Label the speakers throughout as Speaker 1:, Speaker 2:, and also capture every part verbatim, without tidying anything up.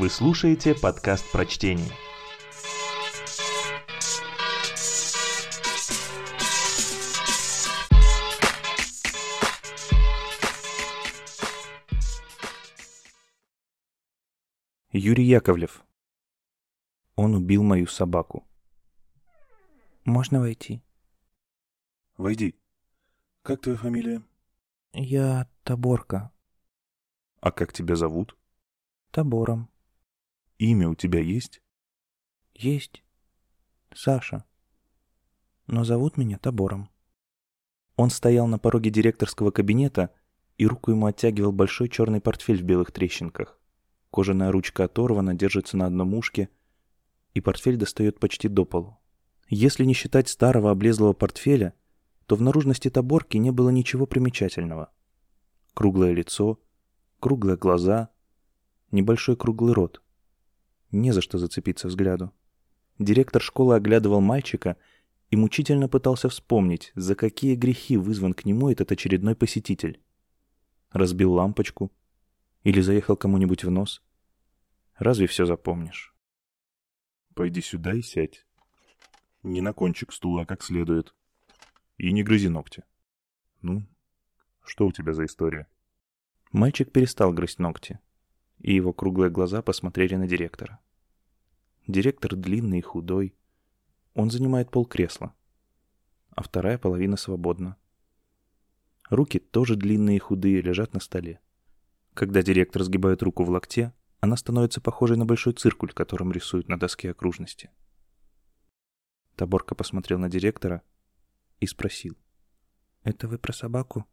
Speaker 1: Вы слушаете подкаст «Прочтение».
Speaker 2: Юрий Яковлев. Он убил мою собаку.
Speaker 3: Можно войти?
Speaker 4: Войди. Как твоя фамилия?
Speaker 3: Я Таборка.
Speaker 4: А как тебя зовут?
Speaker 3: Табором.
Speaker 4: Имя у тебя есть?
Speaker 3: Есть. Саша. Но зовут меня Табором.
Speaker 2: Он стоял на пороге директорского кабинета, и руку ему оттягивал большой черный портфель в белых трещинках. Кожаная ручка оторвана, держится на одном ушке, и портфель достает почти до полу. Если не считать старого облезлого портфеля, то в наружности Таборки не было ничего примечательного. Круглое лицо, круглые глаза, небольшой круглый рот. Не за что зацепиться взгляду. Директор школы оглядывал мальчика и мучительно пытался вспомнить, за какие грехи вызван к нему этот очередной посетитель. Разбил лампочку или заехал кому-нибудь в нос. Разве все запомнишь?
Speaker 4: Пойди сюда и сядь. Не на кончик стула, а как следует. И не грызи ногти. Ну, что у тебя за история?
Speaker 2: Мальчик перестал грызть ногти, и его круглые глаза посмотрели на директора. Директор длинный и худой. Он занимает полкресла, а вторая половина свободна. Руки тоже длинные и худые, лежат на столе. Когда директор сгибает руку в локте, она становится похожей на большой циркуль, которым рисуют на доске окружности. Таборка посмотрел на директора и спросил:
Speaker 3: «Это вы про собаку?»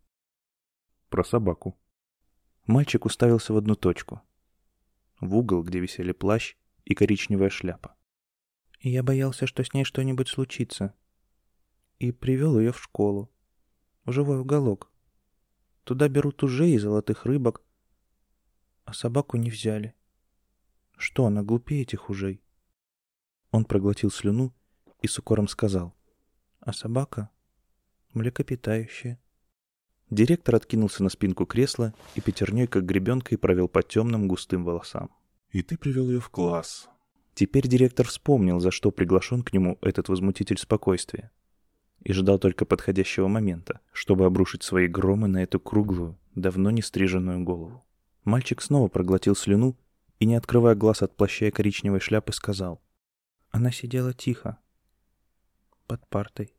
Speaker 4: Про собаку.
Speaker 2: Мальчик уставился в одну точку, в угол, где висели плащ и коричневая шляпа.
Speaker 3: Я боялся, что с ней что-нибудь случится, и привел ее в школу, в живой уголок. Туда берут ужей и золотых рыбок, а собаку не взяли. Что, она глупее этих ужей?
Speaker 2: Он проглотил слюну и с укором сказал:
Speaker 3: а собака млекопитающая.
Speaker 2: Директор откинулся на спинку кресла и пятерней, как гребенкой, провел по темным густым волосам.
Speaker 4: И ты привел ее в класс.
Speaker 2: Теперь директор вспомнил, за что приглашен к нему этот возмутитель спокойствия, и ждал только подходящего момента, чтобы обрушить свои громы на эту круглую, давно не стриженную голову. Мальчик снова проглотил слюну и, не открывая глаз от плаща и коричневой шляпы, сказал:
Speaker 3: она сидела тихо, под партой.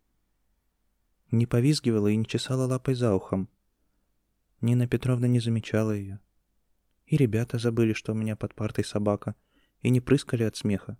Speaker 3: Не повизгивала и не чесала лапой за ухом. Нина Петровна не замечала ее. И ребята забыли, что у меня под партой собака, и не прыскали от смеха.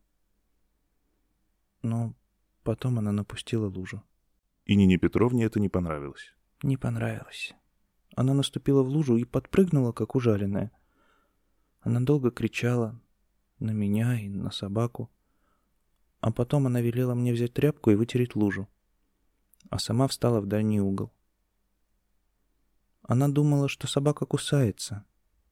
Speaker 3: Но потом она напустила лужу.
Speaker 4: И Нине Петровне это не понравилось.
Speaker 3: Не понравилось. Она наступила в лужу и подпрыгнула, как ужаленная. Она долго кричала на меня и на собаку. А потом она велела мне взять тряпку и вытереть лужу, а сама встала в дальний угол. Она думала, что собака кусается.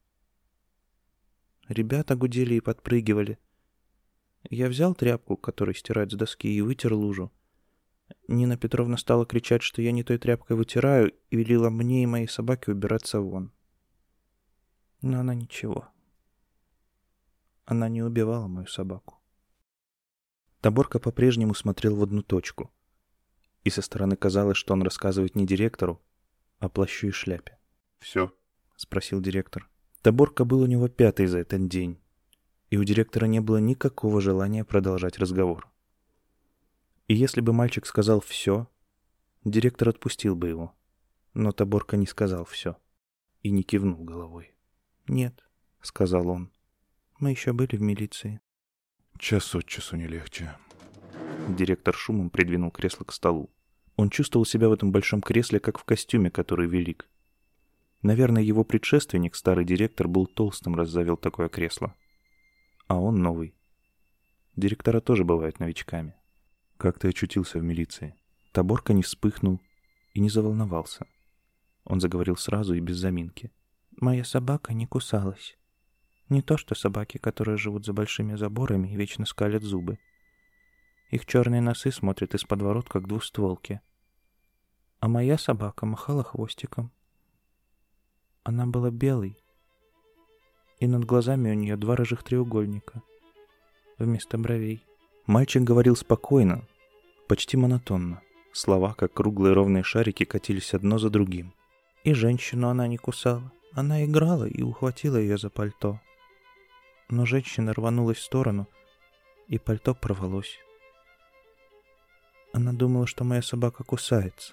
Speaker 3: Ребята гудели и подпрыгивали. Я взял тряпку, которой стирают с доски, и вытер лужу. Нина Петровна стала кричать, что я не той тряпкой вытираю, и велела мне и моей собаке убираться вон. Но она ничего. Она не убивала мою собаку.
Speaker 2: Таборка по-прежнему смотрел в одну точку, и со стороны казалось, что он рассказывает не директору, а плащу и шляпе.
Speaker 4: «Все?»
Speaker 2: — спросил директор. Таборка был у него пятый за этот день, и у директора не было никакого желания продолжать разговор. И если бы мальчик сказал «все», директор отпустил бы его, но Таборка не сказал «все» и не кивнул головой.
Speaker 3: «Нет»,
Speaker 2: — сказал он,
Speaker 3: — «мы еще были в милиции».
Speaker 4: Час от часу не легче.
Speaker 2: Директор шумом придвинул кресло к столу. Он чувствовал себя в этом большом кресле, как в костюме, который велик. Наверное, его предшественник, старый директор, был толстым, раз завел такое кресло. А он новый. Директора тоже бывают новичками.
Speaker 4: Как ты очутился в милиции?
Speaker 2: Таборка не вспыхнул и не заволновался. Он заговорил сразу и без заминки.
Speaker 3: «Моя собака не кусалась. Не то что собаки, которые живут за большими заборами и вечно скалят зубы. Их черные носы смотрят из-под ворот, как двустволки. А моя собака махала хвостиком. Она была белой И над глазами у нее два рыжих треугольника вместо бровей.
Speaker 2: Мальчик говорил спокойно, почти монотонно. Слова, как круглые ровные шарики, катились одно за другим.
Speaker 3: И женщину она не кусала. Она играла и ухватила ее за пальто. Но женщина рванулась в сторону, и пальто порвалось. Она думала, что моя собака кусается.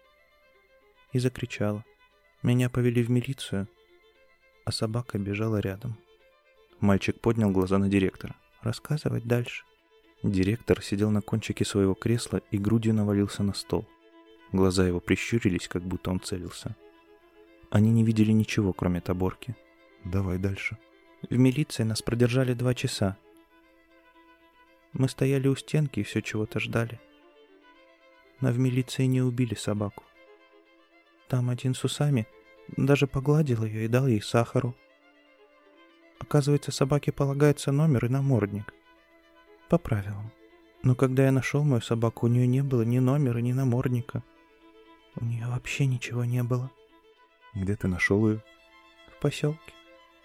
Speaker 3: И закричала. Меня повели в милицию, а собака бежала рядом.
Speaker 2: Мальчик поднял глаза на директора.
Speaker 3: Рассказывать дальше.
Speaker 2: Директор сидел на кончике своего кресла и грудью навалился на стол. Глаза его прищурились, как будто он целился. Они не видели ничего, кроме Таборки.
Speaker 4: Давай дальше.
Speaker 3: В милиции нас продержали два часа. Мы стояли у стенки и все чего-то ждали. Но в милиции не убили собаку. Там один с усами даже погладил ее и дал ей сахару. Оказывается, собаке полагается номер и намордник. По правилам. Но когда я нашел мою собаку, у нее не было ни номера, ни намордника. У нее вообще ничего не было.
Speaker 4: Где ты нашел ее?
Speaker 3: В поселке.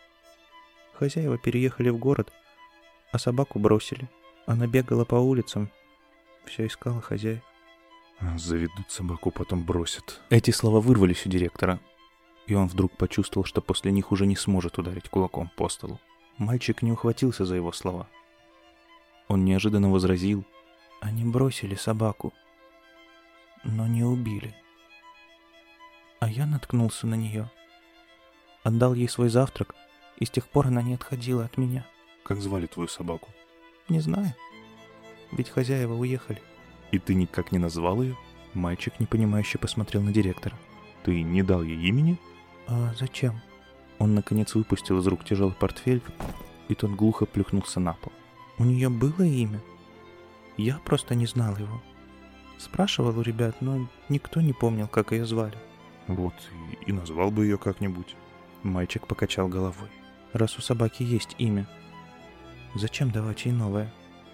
Speaker 3: Хозяева переехали в город, а собаку бросили. Она бегала по улицам, все искала хозяев.
Speaker 4: Заведут собаку, потом бросят.
Speaker 2: Эти слова вырвались у директора, и он вдруг почувствовал, что после них уже не сможет ударить кулаком по столу. Мальчик не ухватился за его слова. Он неожиданно возразил:
Speaker 3: они бросили собаку, но не убили. А я наткнулся на нее, отдал ей свой завтрак, и с тех пор она не отходила от меня.
Speaker 4: Как звали твою собаку?
Speaker 3: Не знаю, ведь хозяева уехали.
Speaker 4: И ты никак не назвал ее?
Speaker 2: Мальчик непонимающе посмотрел на директора.
Speaker 4: Ты не дал ей имени?
Speaker 3: А зачем?
Speaker 2: Он наконец выпустил из рук тяжелый портфель, и тот глухо плюхнулся на пол.
Speaker 3: У нее было имя? Я просто не знал его. Спрашивал у ребят, но никто не помнил, как ее звали.
Speaker 4: Вот, и, и назвал бы ее как-нибудь.
Speaker 2: Мальчик покачал головой.
Speaker 3: Раз у собаки есть имя, зачем давать ей новое?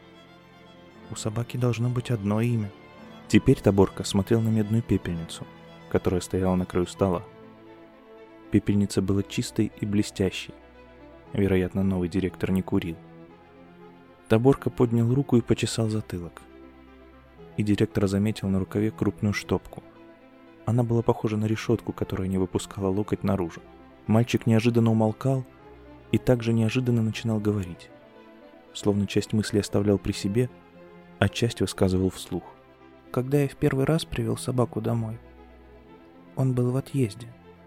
Speaker 3: У собаки должно быть одно имя.
Speaker 2: Теперь Таборка смотрел на медную пепельницу, которая стояла на краю стола. Пепельница была чистой и блестящей. Вероятно, новый директор не курил. Таборка поднял руку и почесал затылок. И директор заметил на рукаве крупную штопку. Она была похожа на решетку, которая не выпускала локоть наружу. Мальчик неожиданно умолкал и также неожиданно начинал говорить. Словно часть мысли оставлял при себе, а часть высказывал вслух.
Speaker 3: Когда я в первый раз привел собаку домой, он был в отъезде.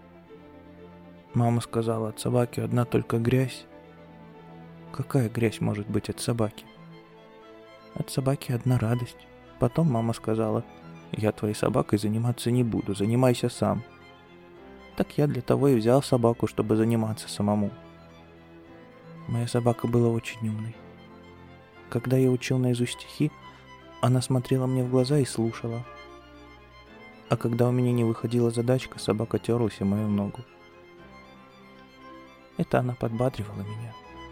Speaker 3: Мама сказала, от собаки одна только грязь. Какая грязь может быть от собаки? От собаки одна радость. Потом мама сказала, я твоей собакой заниматься не буду, занимайся сам. Так я для того и взял собаку, чтобы заниматься самому. Моя собака была очень умной. Когда я учил наизусть стихи, она смотрела мне в глаза и слушала. А когда у меня не выходила задачка, собака терлась о мою ногу. Это она подбадривала меня.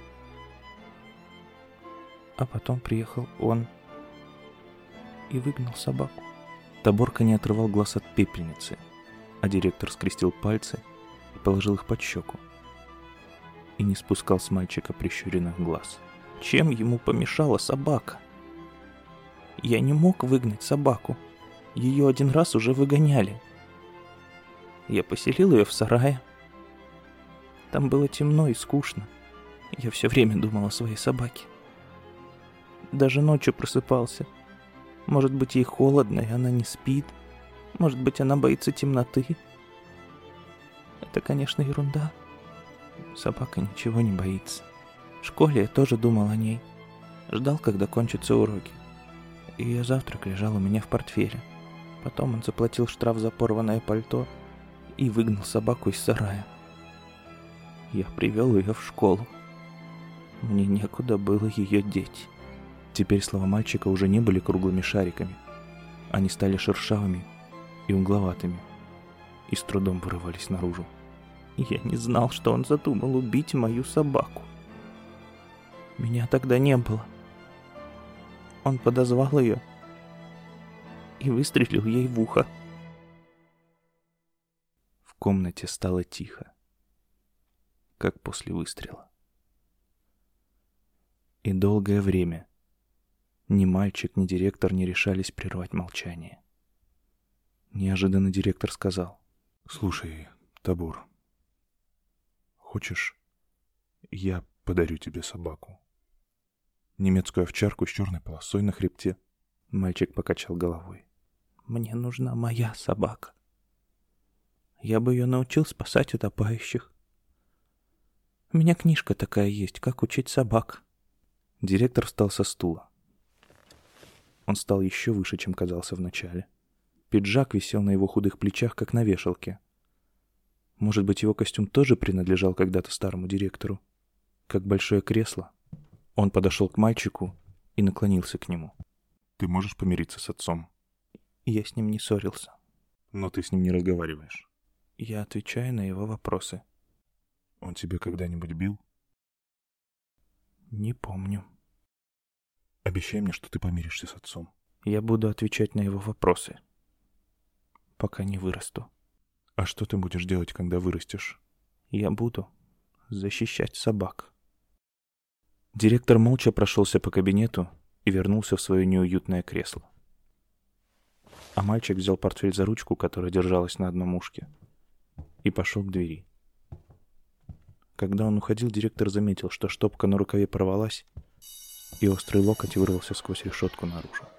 Speaker 3: А потом приехал он и выгнал собаку.
Speaker 2: Таборка не отрывал глаз от пепельницы, а директор скрестил пальцы и положил их под щеку. И не спускал с мальчика прищуренных глаз. Чем ему помешала собака? Я не мог выгнать собаку. Ее один раз уже выгоняли. Я поселил ее в сарае. Там было темно и скучно. Я все время думал о своей собаке. Даже ночью просыпался. Может быть, ей холодно, и она не спит. Может быть, она боится темноты. Это, конечно, ерунда. Собака ничего не боится. В школе я тоже думал о ней. Ждал, когда кончатся уроки. Ее завтрак лежал у меня в портфеле. Потом он заплатил штраф за порванное пальто и выгнал собаку из сарая. Я привел ее в школу. Мне некуда было ее деть. Теперь слова мальчика уже не были круглыми шариками. Они стали шершавыми и угловатыми и с трудом вырывались наружу. Я не знал, что он задумал убить мою собаку. Меня тогда не было. Он подозвал ее и выстрелил ей в ухо. В комнате стало тихо, как после выстрела. И долгое время ни мальчик, ни директор не решались прервать молчание. Неожиданно директор сказал:
Speaker 4: «Слушай, Табор, хочешь, я подарю тебе собаку? Немецкую овчарку с черной полосой на хребте».
Speaker 2: Мальчик покачал головой.
Speaker 3: «Мне нужна моя собака. Я бы ее научил спасать утопающих. У меня книжка такая есть, как учить собак».
Speaker 2: Директор встал со стула. Он стал еще выше, чем казался вначале. Пиджак висел на его худых плечах, как на вешалке. Может быть, его костюм тоже принадлежал когда-то старому директору? Как большое кресло. Он подошел к мальчику и наклонился к нему.
Speaker 4: «Ты можешь помириться с отцом?»
Speaker 3: Я с ним не ссорился.
Speaker 4: «Но ты с ним не разговариваешь».
Speaker 3: Я отвечаю на его вопросы.
Speaker 4: «Он тебя когда-нибудь бил?»
Speaker 3: Не помню.
Speaker 4: «Обещай мне, что ты помиришься с отцом».
Speaker 3: Я буду отвечать на его вопросы, пока не вырасту.
Speaker 4: «А что ты будешь делать, когда вырастешь?»
Speaker 3: Я буду защищать собак».
Speaker 2: Директор молча прошелся по кабинету и вернулся в свое неуютное кресло. А мальчик взял портфель за ручку, которая держалась на одном ушке, и пошел к двери. Когда он уходил, директор заметил, что штопка на рукаве порвалась, и острый локоть вырвался сквозь решетку наружу.